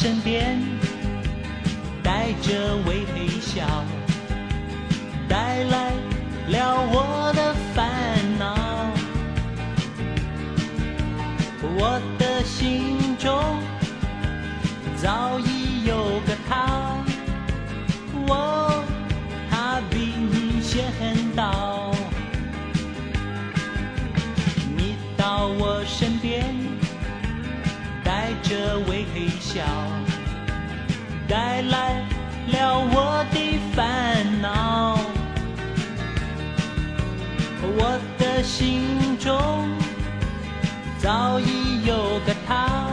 身边，带着微笑，带来了我的烦恼。我的心中早已有个他，他比你先到。你到我身边，带着微笑，带来了我的烦恼。我的心中早已有个他，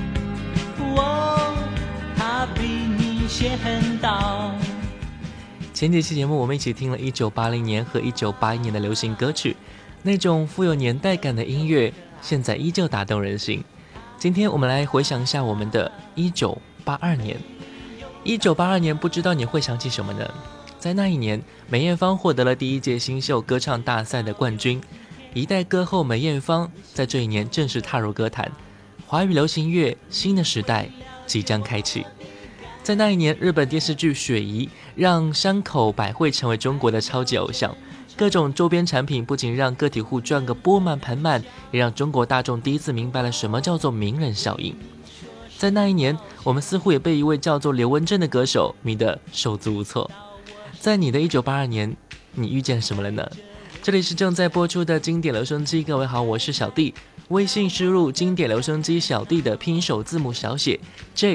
他比你先到。 前几期节目我们一起听了1980年和1981年的流行歌曲，那种富有年代感的音乐现在依旧打动人心。今天我们来回想一下我们的1982年。1982年不知道你会想起什么呢？在那一年，梅艳芳获得了第一届新秀歌唱大赛的冠军，一代歌后梅艳芳在这一年正式踏入歌坛，华语流行乐新的时代即将开启。在那一年，日本电视剧《雪姨》让山口百惠成为中国的超级偶像，各种周边产品不仅让个体户赚个钵满盆满，也让中国大众第一次明白了什么叫做名人效应。在那一年，我们似乎也被一位叫做刘文正的歌手迷得手足无措。在你的1982年，你遇见什么了呢？这里是正在播出的经典留声机，各位好，我是小弟。微信输入经典留声机小弟的拼手字母小写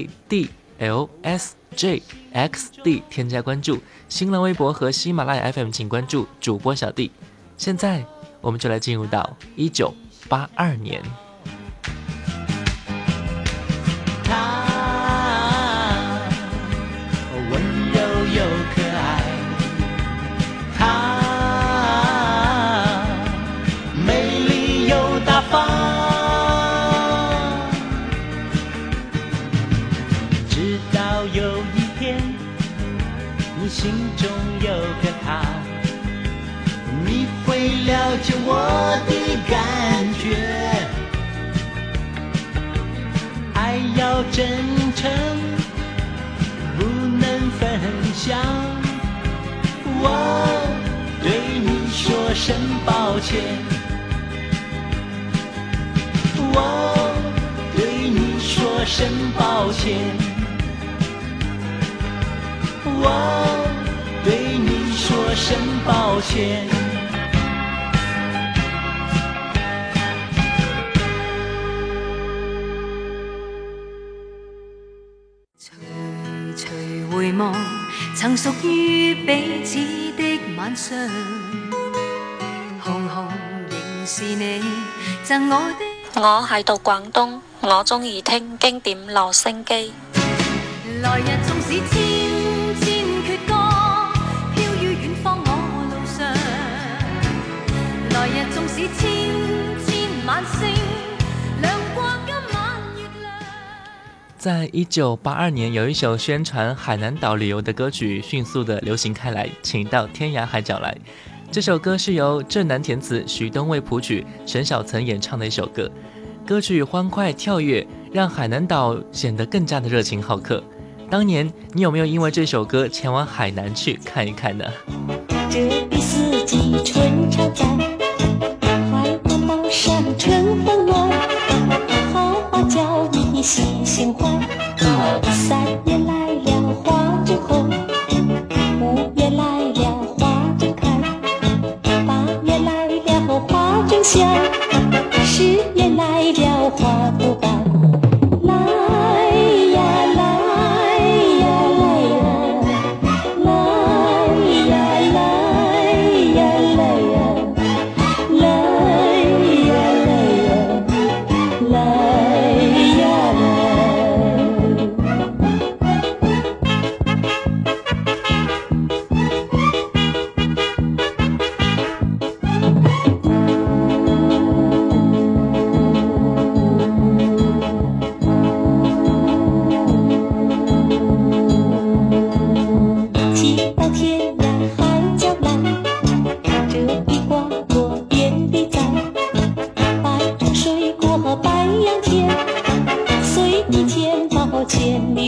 JDLSJXD 添加关注，新浪微博和喜马拉雅 FM 请关注主播小弟。现在我们就来进入到1982年。 他温柔又可爱，他美丽又大方，直到有一天你心中有个他，你会了解我的感觉，爱要真诚不能分享，我对你说声抱歉，我对你说声抱歉，我对你说声抱歉。 回望曾屬於彼此的晚上，紅紅仍是你贈我的。 我喺度廣東，我鍾意聽經典留聲機。 來日縱使千千闕歌，飄於遠方我路上。來日縱使千千晚星，亮過今晚月亮。 在1982年，有一首宣傳海南島旅遊的歌曲迅速的流行開來，請到天涯海角來。這首歌是由鄭南填詞，許東衛譜曲，陳小岑演唱的一首歌。歌曲歡快跳躍，讓海南島顯得更加的熱情好客。當年你有沒有因為這首歌前往海南去看一看呢？ 這比四季春常在，懷抱島上春風暖，好好叫你細心懷。3月來了花正紅，5月來了花正開，8月來了花正香，10月來了花不白。來呀來呀來呀，來呀來呀來呀，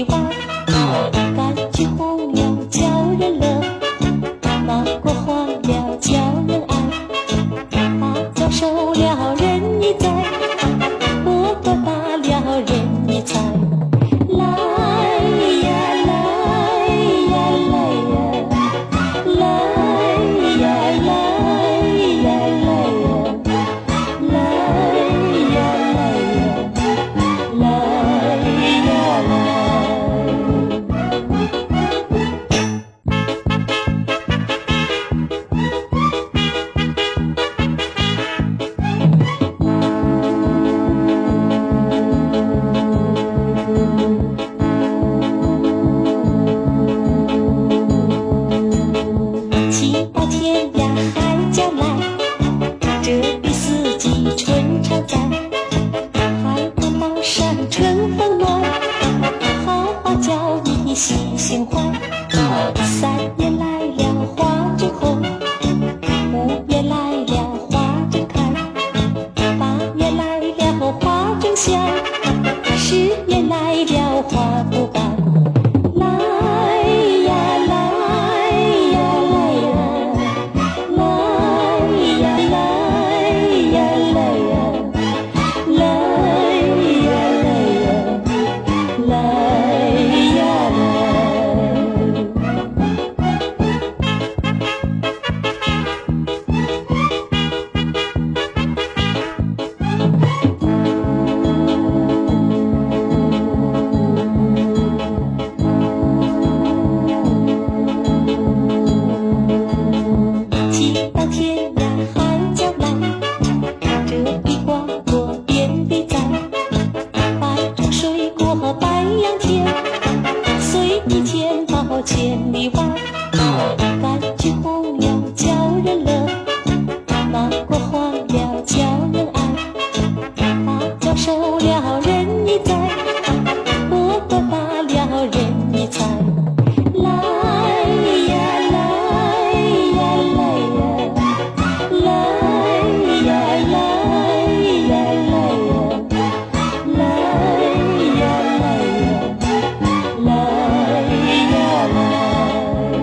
花，柑橘红了叫人乐，芒果黄了叫人爱，芭蕉熟了人一栽，菠萝大了人一采。来呀来呀来呀，来呀来呀来呀，来呀来呀，来呀来。七八天呀海椒来，这里四季春常在，海波宝山春风暖，好花叫你喜心怀。三月来了花正红，五月来了花正开，八月来了花正香，十月来了花不败。来呀来呀来呀，来呀来呀来呀，来呀来呀，来呀来。七八天呀海椒来，这里瓜果遍地栽，百种水果百样甜，随你千宝千里外。柑橘红了叫人乐，芒果黄了叫人爱，芭蕉熟了人一栽，菠萝大了人一采。来呀来呀来呀，来呀来呀来呀，来呀来呀，来呀来。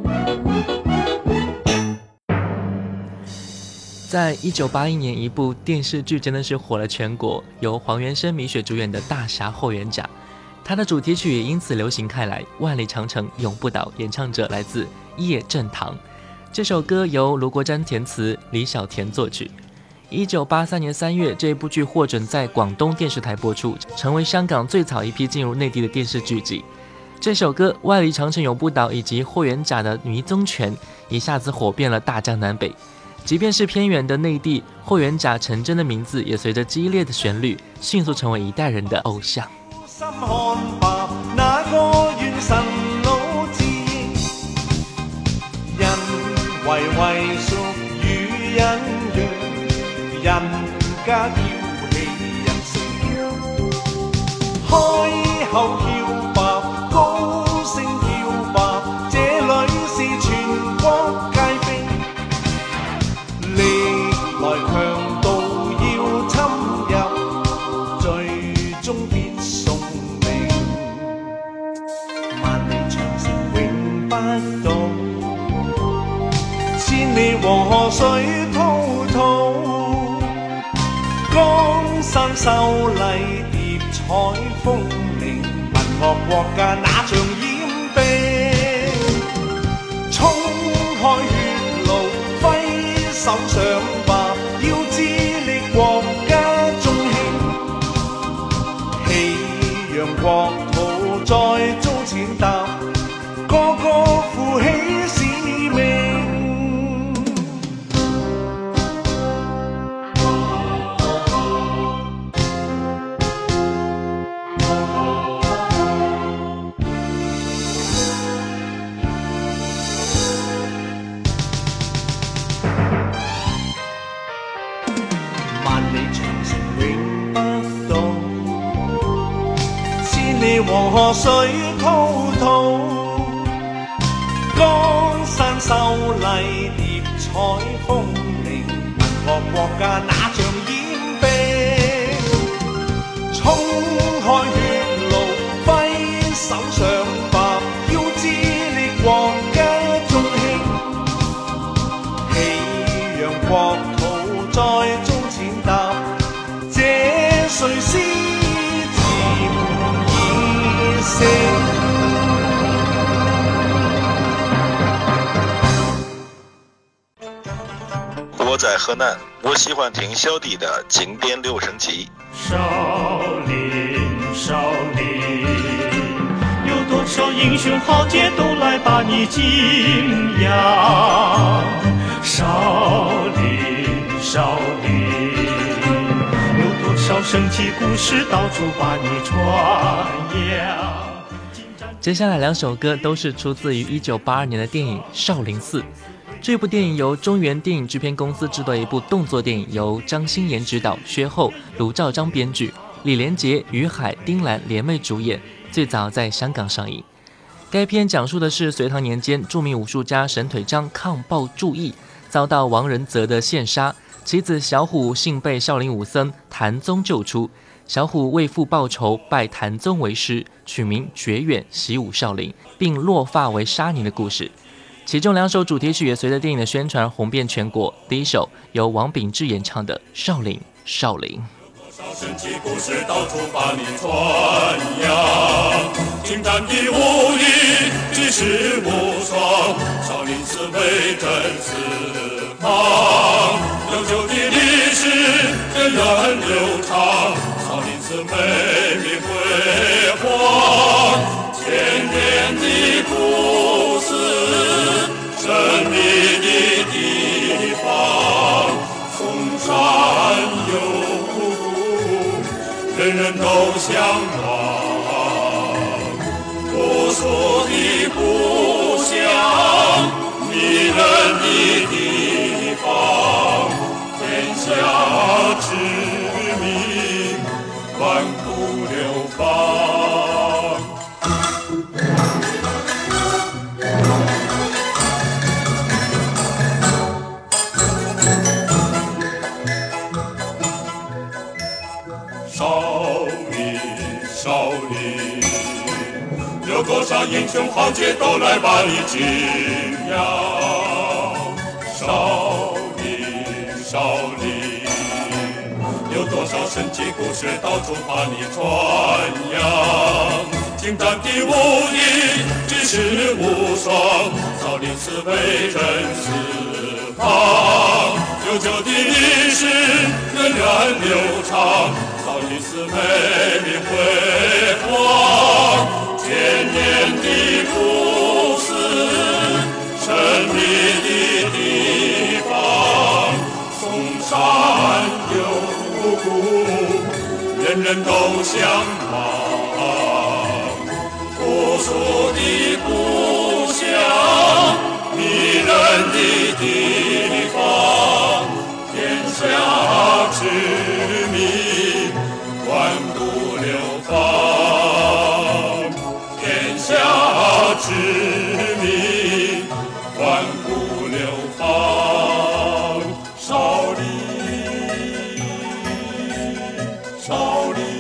在1981年，一部电视剧真的是火了全国，由黄元生、米雪主演的《大侠霍元甲》，它的主题曲也因此流行开来，《万里长城永不倒》，演唱者来自叶振棠。这首歌由卢国沾填词，李小田作曲。1983年3月，这部剧获准在广东电视台播出，成为香港最早一批进入内地的电视剧集。这首歌《万里长城永不倒》以及霍元甲的迷踪拳，一下子火遍了大江南北。即便是偏远的内地，霍元甲陈真的名字也随着激烈的旋律，迅速成为一代人的偶像。 心看吧，那個元神老自人為屬與人緣，人家嬌氣人性，開口叫吧，高聲叫吧，這裏是全國皆飛，歷來強盜要侵入，最終必送命。萬里長城永不倒，千里黃河水滔滔，江山秀麗疊彩峰嶺，文學國家那像掩蔽，衝開血路揮手上吧，要致力國家中興，氣揚國土再遭踐踏，個個負起使命。萬里長城永不倒，千里黃河水滔滔，江山秀麗疊彩峰嶺，文學國家那像掩蔽，衝開血路揮手在河南，我喜欢听小弟的经典留声机。 少林，少林，有多少英雄豪杰都来把你敬仰。少林，少林，有多少神奇故事到处把你传扬。 接下来2首歌都是出自于1982年的电影《少林寺》。这部电影由中原电影制片公司制作的一部动作电影，由张新妍执导，薛后、卢兆章编剧，李连杰、于海、丁兰联袂主演，最早在香港上映。该片讲述的是隋唐年间著名武术家沈腿章抗暴注义，遭到王仁泽的陷杀，其子小虎幸被少林武僧谭宗救出，小虎为父报仇，拜谭宗为师，取名觉远，习武少林，并落发为沙弥的故事。其中2首主题曲也随着电影的宣传红遍全国。第一首由王秉志演唱的《少林少林》。 神奇故事到处把你传扬，精湛的武艺，举世无双，少林寺威震四方，悠久的历史，源远流长，少林寺美名辉煌，千年的故事，神秘的地方，嵩山有人人都向往，朴素的故乡，迷人的地方，天下知名，万古流芳。少林，有多少英雄豪杰都来把你敬仰。少林，少林，有多少神奇故事到处把你传扬。精湛的武艺，举世无双，少林寺威震四方，悠久的历史，源远流长，少林寺美名辉煌，千年的故事，神秘的地方，嵩山有古，人人都向往，朴素的故乡，迷人的地方，天下知名，万古流芳，天下知名，万古流芳。少林，少林。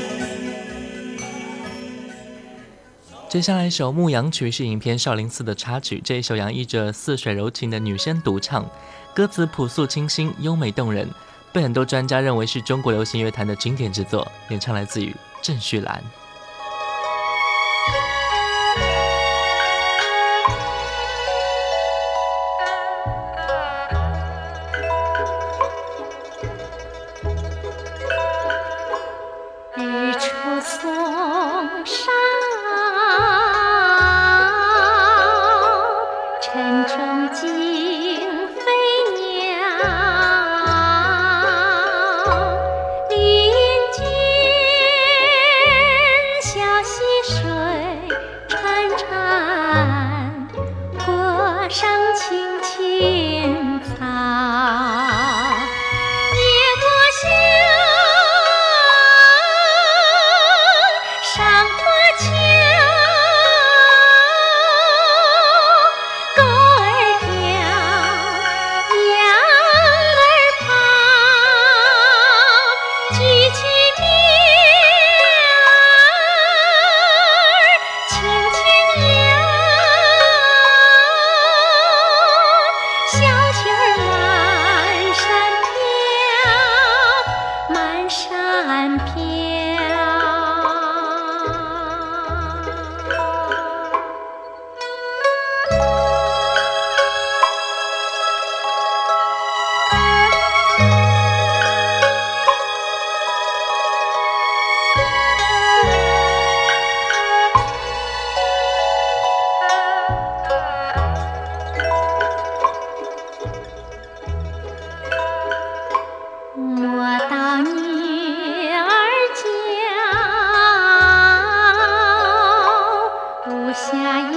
接下来一首《牧羊曲》是影片《少林寺》的插曲，这一首洋溢着似水柔情的女声独唱，歌词朴素清新，优美动人，被很多专家认为是中国流行乐坛的经典之作。演唱来自于郑绪岚。 日出嵩山，晨钟惊飞鸟，林间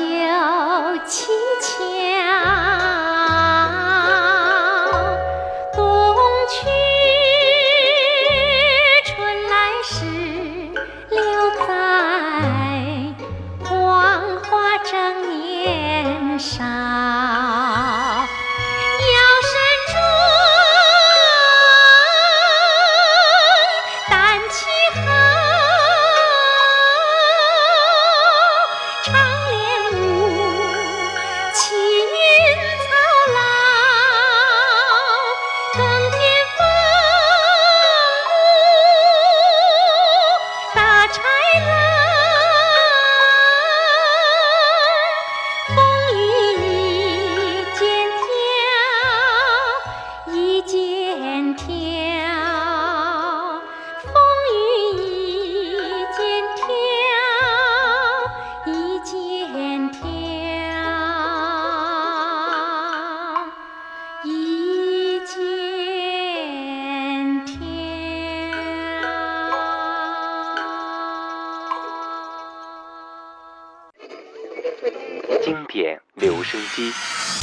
蹊跷，冬去春来时，留在黄花正年少。 经典留声机，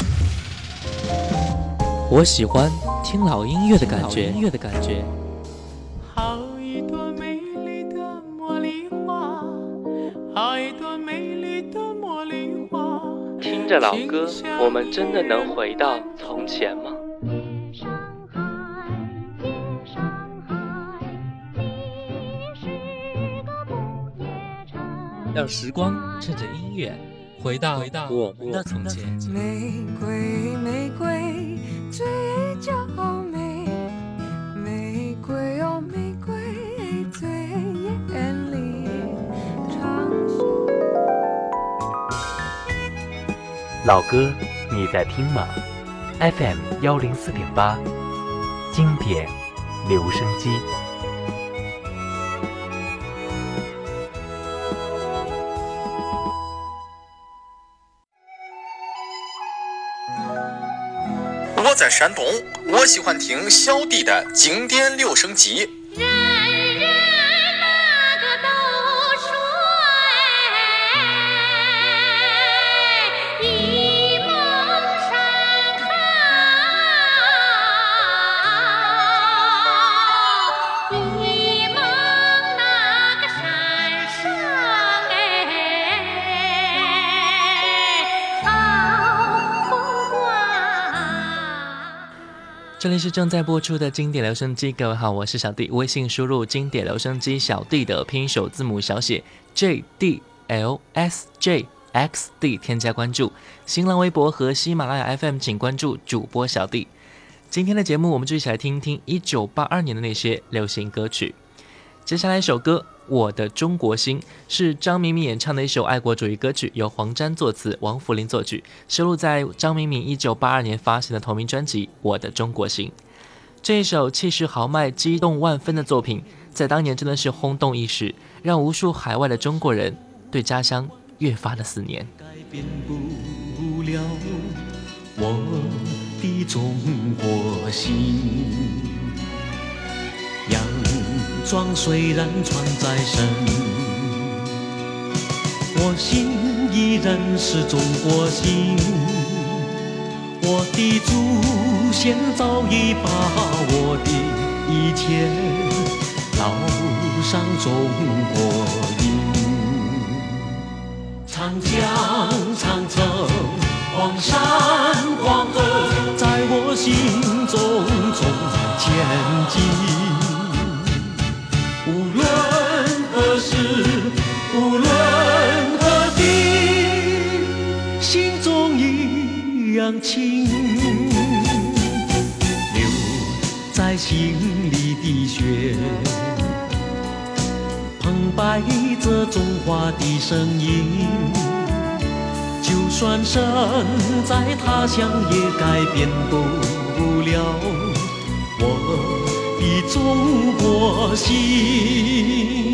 我喜欢听老音乐的感觉。 好一朵美丽的茉莉花，好一朵美丽的茉莉花。 听着老歌，我们真的能回到从前吗？让时光趁着音乐回到我们的从前。 玫瑰玫瑰最娇美，玫瑰哦玫瑰最艳丽。 老歌你在听吗？ FM 104.8，经典留声机。 我在山东，我喜欢听小弟的经典留声机。 人人那个都说一梦山好，一梦那个山上好风光。 这里是正在播出的经典留声机，各位好，我是小弟。微信输入经典留声机小弟的拼音首字母小写 JDLSJXD 添加关注。新浪微博和喜马拉雅 FM 请关注主播小弟。今天的节目我们就一起来听听1982年的那些流行歌曲。接下来一首歌《我的中国心》是张明敏演唱的一首爱国主义歌曲，由黄沾作词，王福林作曲，收录在张明敏1982年发行的同名专辑《我的中国心》。这一首气势豪迈、激动万分的作品，在当年真的是轰动一时，让无数海外的中国人对家乡越发的思念。 改变不了我的中国心，洋装虽然穿在身，我心依然是中国心。我的祖先早已把我的一切烙上中国印。长江长城黄山黄河在我心中前进。无论何时，无论何地，心中一样情，留在心里的血，澎湃着中华的声音。就算身在他乡，也改变不了我的中国心。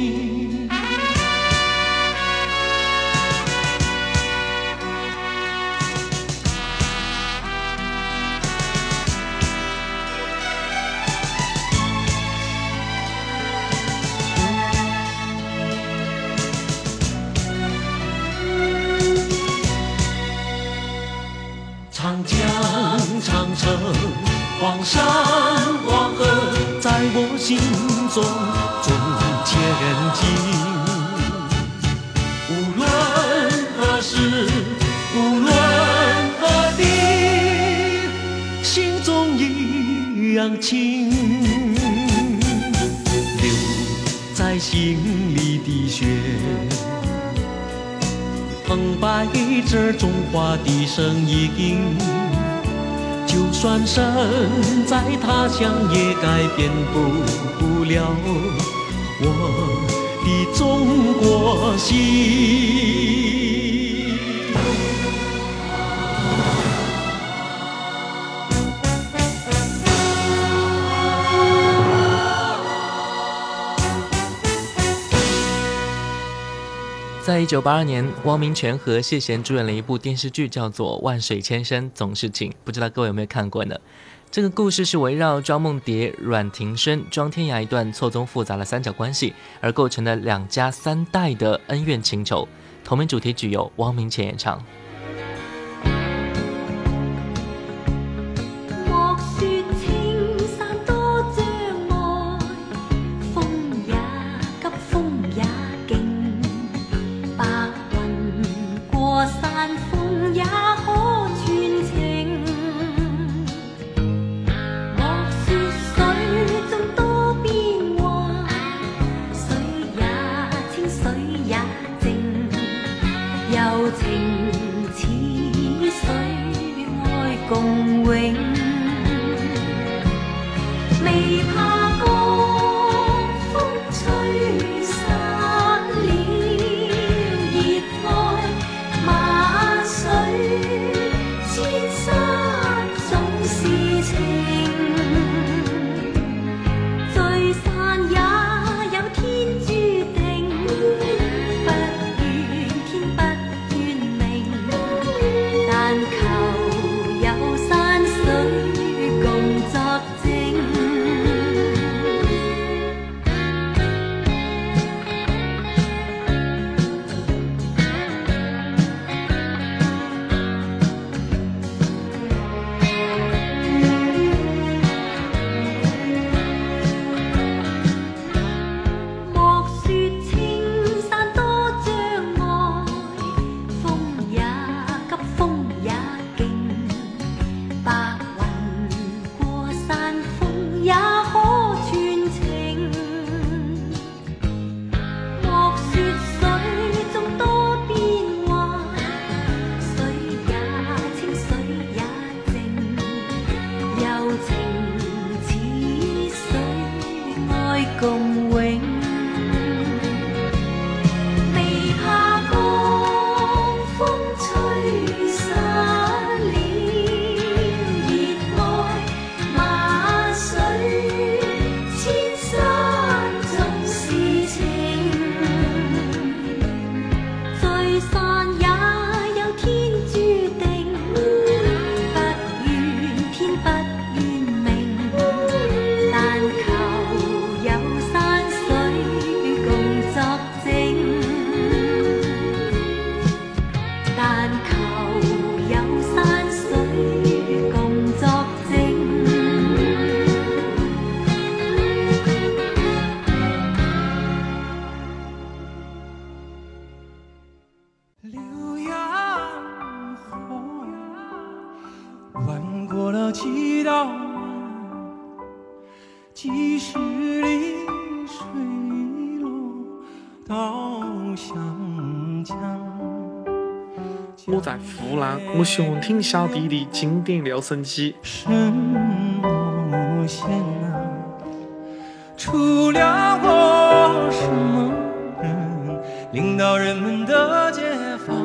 长江、长城、黄山、黄河，在我心中重千金。无论何时，无论何地，心中一样情。流在心里的血，澎湃着中华的声音。就算身在他乡，也改变不了我的中国心。 在1982年，汪明荃和谢贤主演了一部电视剧，叫做《万水千山总是情》，不知道各位有没有看过呢？这个故事是围绕庄梦蝶、阮廷生、庄天涯一段错综复杂的三角关系而构成的2家3代的恩怨情仇。同名主题曲由汪明荃演唱。 我在湖南，我喜欢听小弟的经典留声机。 什么线啊？除了我，什么人领导人们的解放？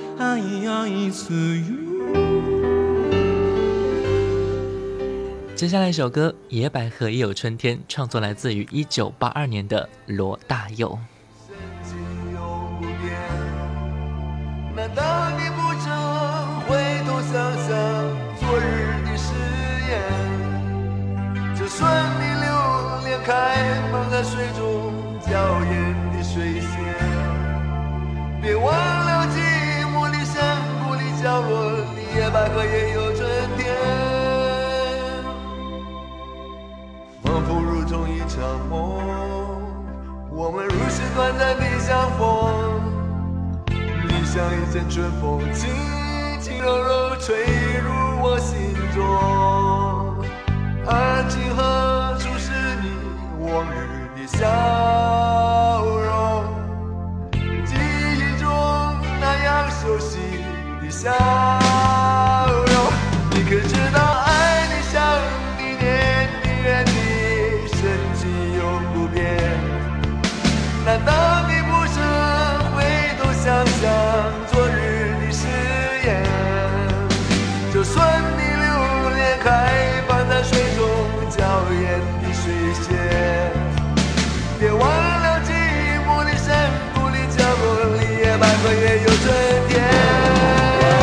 接下来一首歌《野百合也有春天》，创作来自于1982年的罗大佑。 难道你不曾回头想想昨日的誓言？这顺利流连开放在水中娇艳的水仙，别忘了寂寞的山谷里角落里，野百合也有场梦，我们如此短暂的相逢，你像一阵春风，轻轻柔柔吹入我心中。而今何处是你往日的笑容？记忆中那样熟悉的笑容，你可知道爱你想你念你怨你深情永不变？难道你不曾回头想想昨日的誓言？就算你流连开放在水中娇艳的水仙，别忘了寂寞的山谷里角落里也百合也有春天。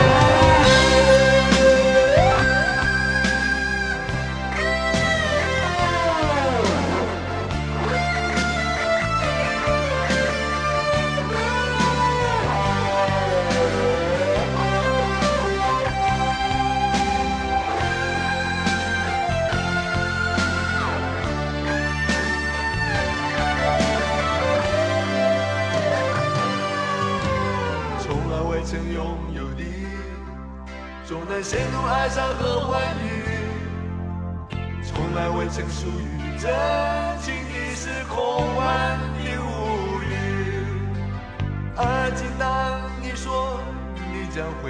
陷入哀伤和欢愉，从来未曾属于真情的是空幻的无语。而今当你说你将会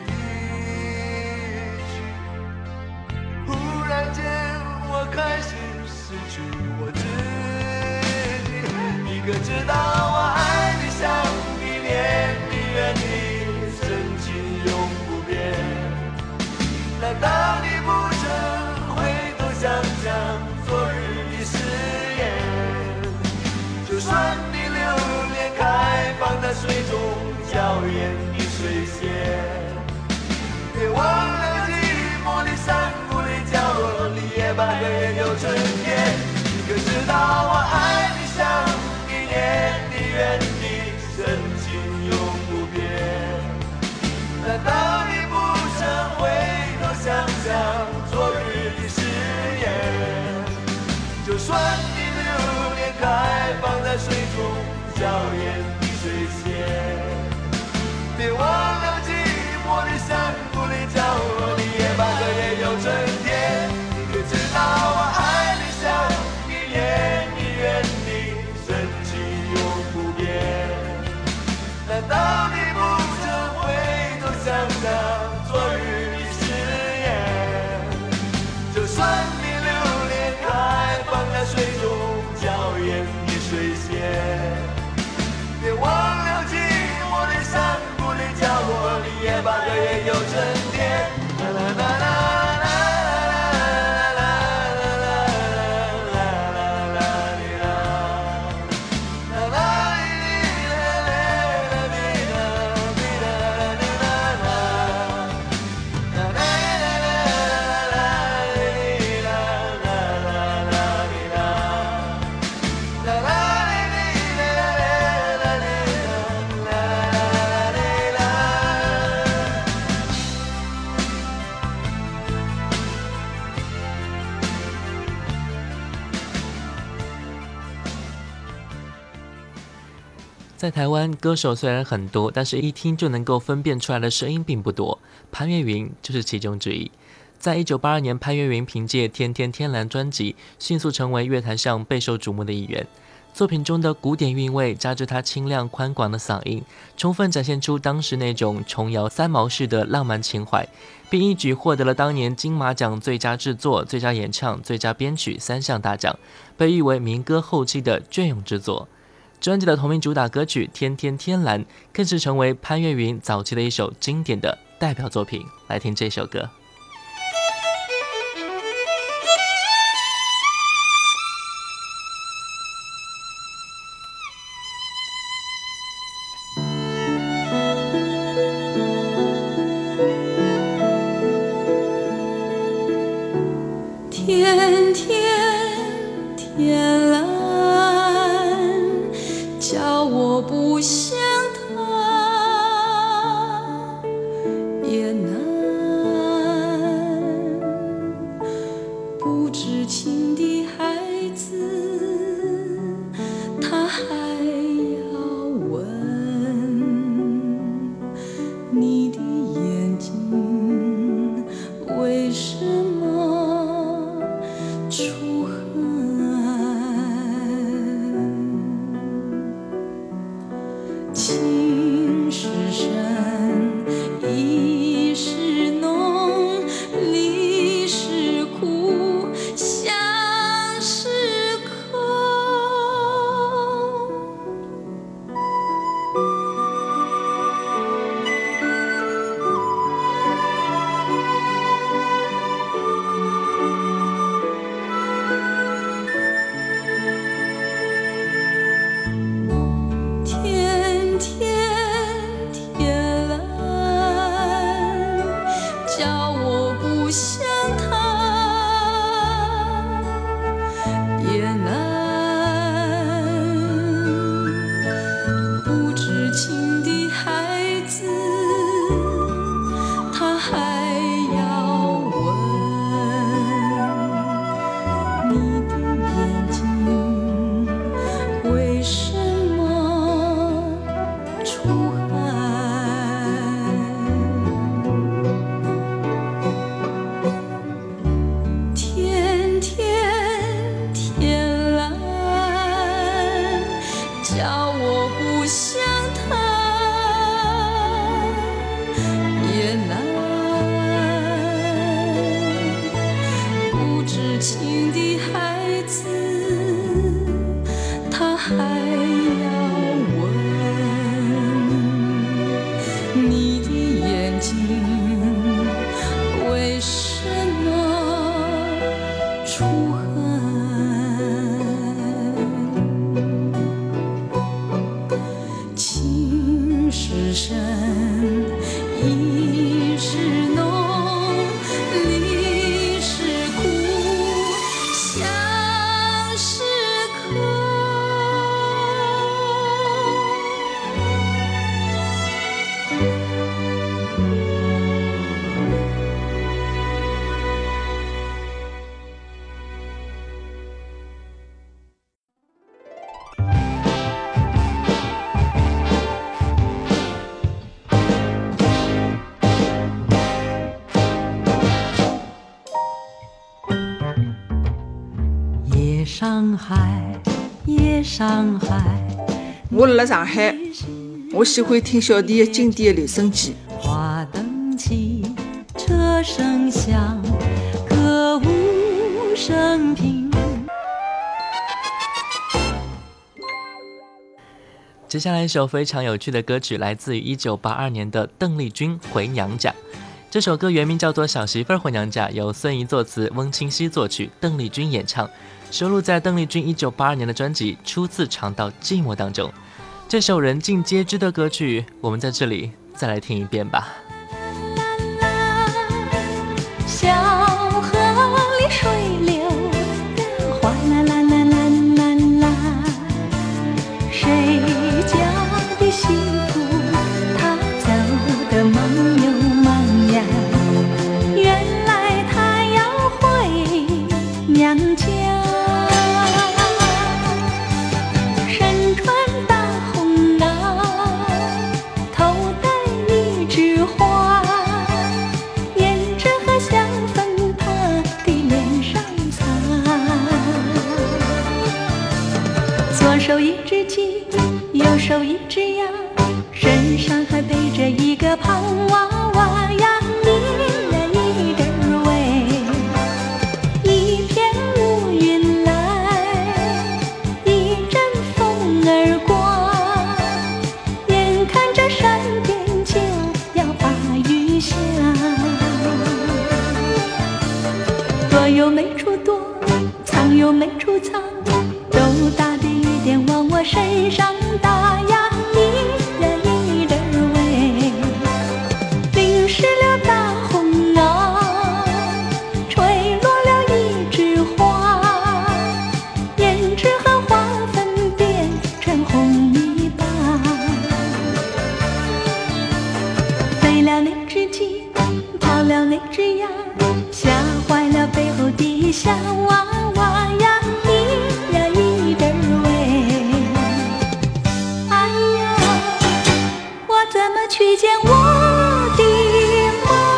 离去，忽然间我开始失去我自己。你可知道我爱你想你念你怨你深情永不变？难道你不曾回头想想昨日的誓言？就算你流连开放在水中娇艳的水仙，别忘了寂寞的山谷里角落里也百合也有春天。你可知道我爱你想你念你怨你深情永不变？难道你不曾回想想昨日的誓言？就算你流连开放在水中娇艳的水仙，别忘了寂寞的山谷里角落里也百合也有春天。你可知道我爱你想你念你怨你深情永不变？难道你不曾回头想想昨日的誓言？就算你流连开放在水中娇艳的水仙，别忘了寂寞的山谷里角落里也百合也有春天。啦啦啦啦。 在台湾，歌手虽然很多，但是一听就能够分辨出来的声音并不多。潘越云就是其中之一。在1982年，潘越云凭借《天天天蓝》专辑，迅速成为乐坛上备受瞩目的一员。作品中的古典韵味，加之他清亮宽广的嗓音，充分展现出当时那种琼瑶三毛式的浪漫情怀，并一举获得了当年金马奖最佳制作、最佳演唱、最佳编曲3项大奖，被誉为民歌后期的隽永之作。专辑的同名主打歌曲《天天天蓝》更是成为潘越云早期的一首经典的代表作品。来听这首歌。 天天天蓝，叫我不想他，也难叫我不想他，也难不知情的孩子，他还要问你的眼睛为什么出汗。天天天蓝，叫我不想他，也难不知情的孩子，他还要问你的眼睛为什么出汗。情是深，意是浓，离是苦，相是渴。 夜上海，夜上海， 我辣上海，我喜欢听小弟的经典的留声机。 花灯起，车声响，歌舞升平。 接下来一首非常有趣的歌曲，来自于1982年的邓丽君《回娘家》。这首歌原名叫做《小媳妇儿回娘家》，由孙怡作词，翁清溪作曲，邓丽君演唱，收录在邓丽君1982年的专辑《初次尝到寂寞》当中。这首人尽皆知的歌曲，我们在这里再来听一遍吧。 小河里水流的哗啦啦啦啦啦啦，谁家的幸福他走得忙又忙呀，原来他要回娘家。身穿大红袄，头戴一枝花，胭脂和香粉他的脸上擦。左手一只鸡，右手一只鸭，身上还背着一个胖娃娃呀，一人一点儿喂。一片乌云来，一阵风儿刮，眼看着山边就要把雨下。躲又没处躲，藏又没处藏，豆大的雨点往我身上打呀，一人一点儿喂。淋湿了大红袄，吹落了一枝花，胭脂和花粉变成红泥巴。飞了那只鸡，跑了那只鸭，吓坏了背后的小娃娃呀，一人一点儿喂。哎呀，我怎么去见我的妈？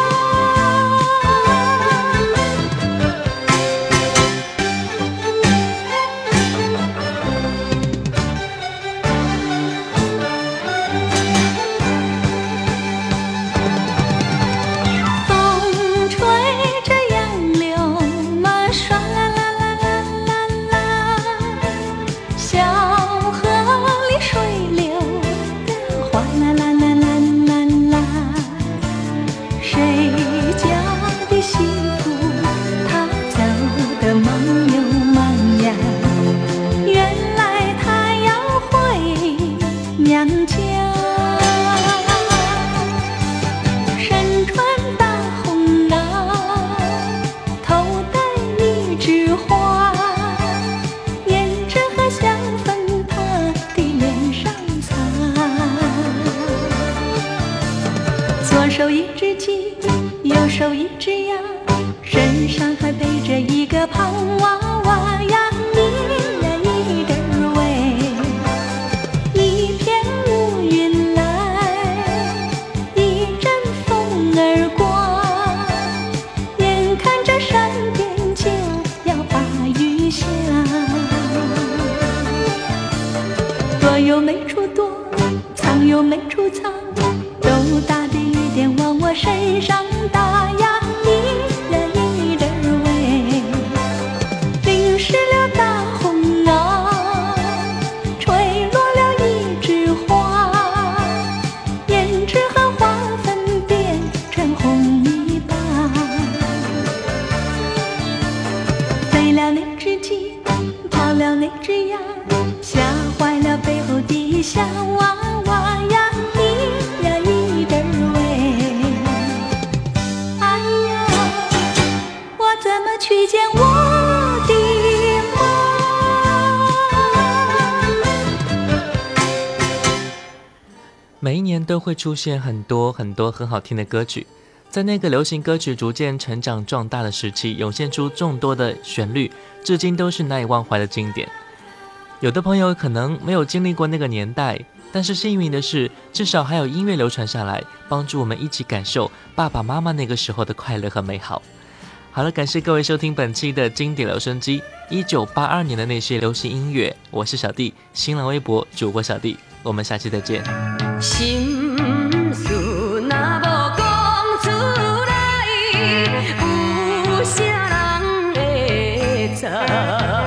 风吹着杨柳嘛，唰啦啦啦啦啦啦，小河里水流的哗啦啦啦啦啦啦，谁家的幸福他走得忙又忙呀，原来他要回娘家。身穿大红手一只鸡，右手一只鸭，身上还背着一个胖娃娃呀，一人一点喂。一片乌云来，一阵风儿刮，眼看着山边就要把雨下。躲又没处躲，藏又没处藏，豆大的雨点往我身上打呀，一人一人喂。淋湿了大红袄，吹落了一枝花，胭脂和花粉变成红泥巴。飞了那只鸡，跑了那只鸭，吓坏了背后的小娃娃呀，一人一点喂。哎呀，我怎么去见我的每一年都会出现很多很好听的歌曲，在那个流行歌曲逐渐成长壮大的时期，涌现出众多的旋律，至今都是难以忘怀的经典。有的朋友可能没有经历过那个年代，但是幸运的是，至少还有音乐流传下来，帮助我们一起感受爸爸妈妈那个时候的快乐和美好。好了，感谢各位收听本期的经典留声机，1982年的那些流行音乐，我是小弟，新浪微博主播小弟，我们下期再见。 心事若无讲出来，有啥人会知？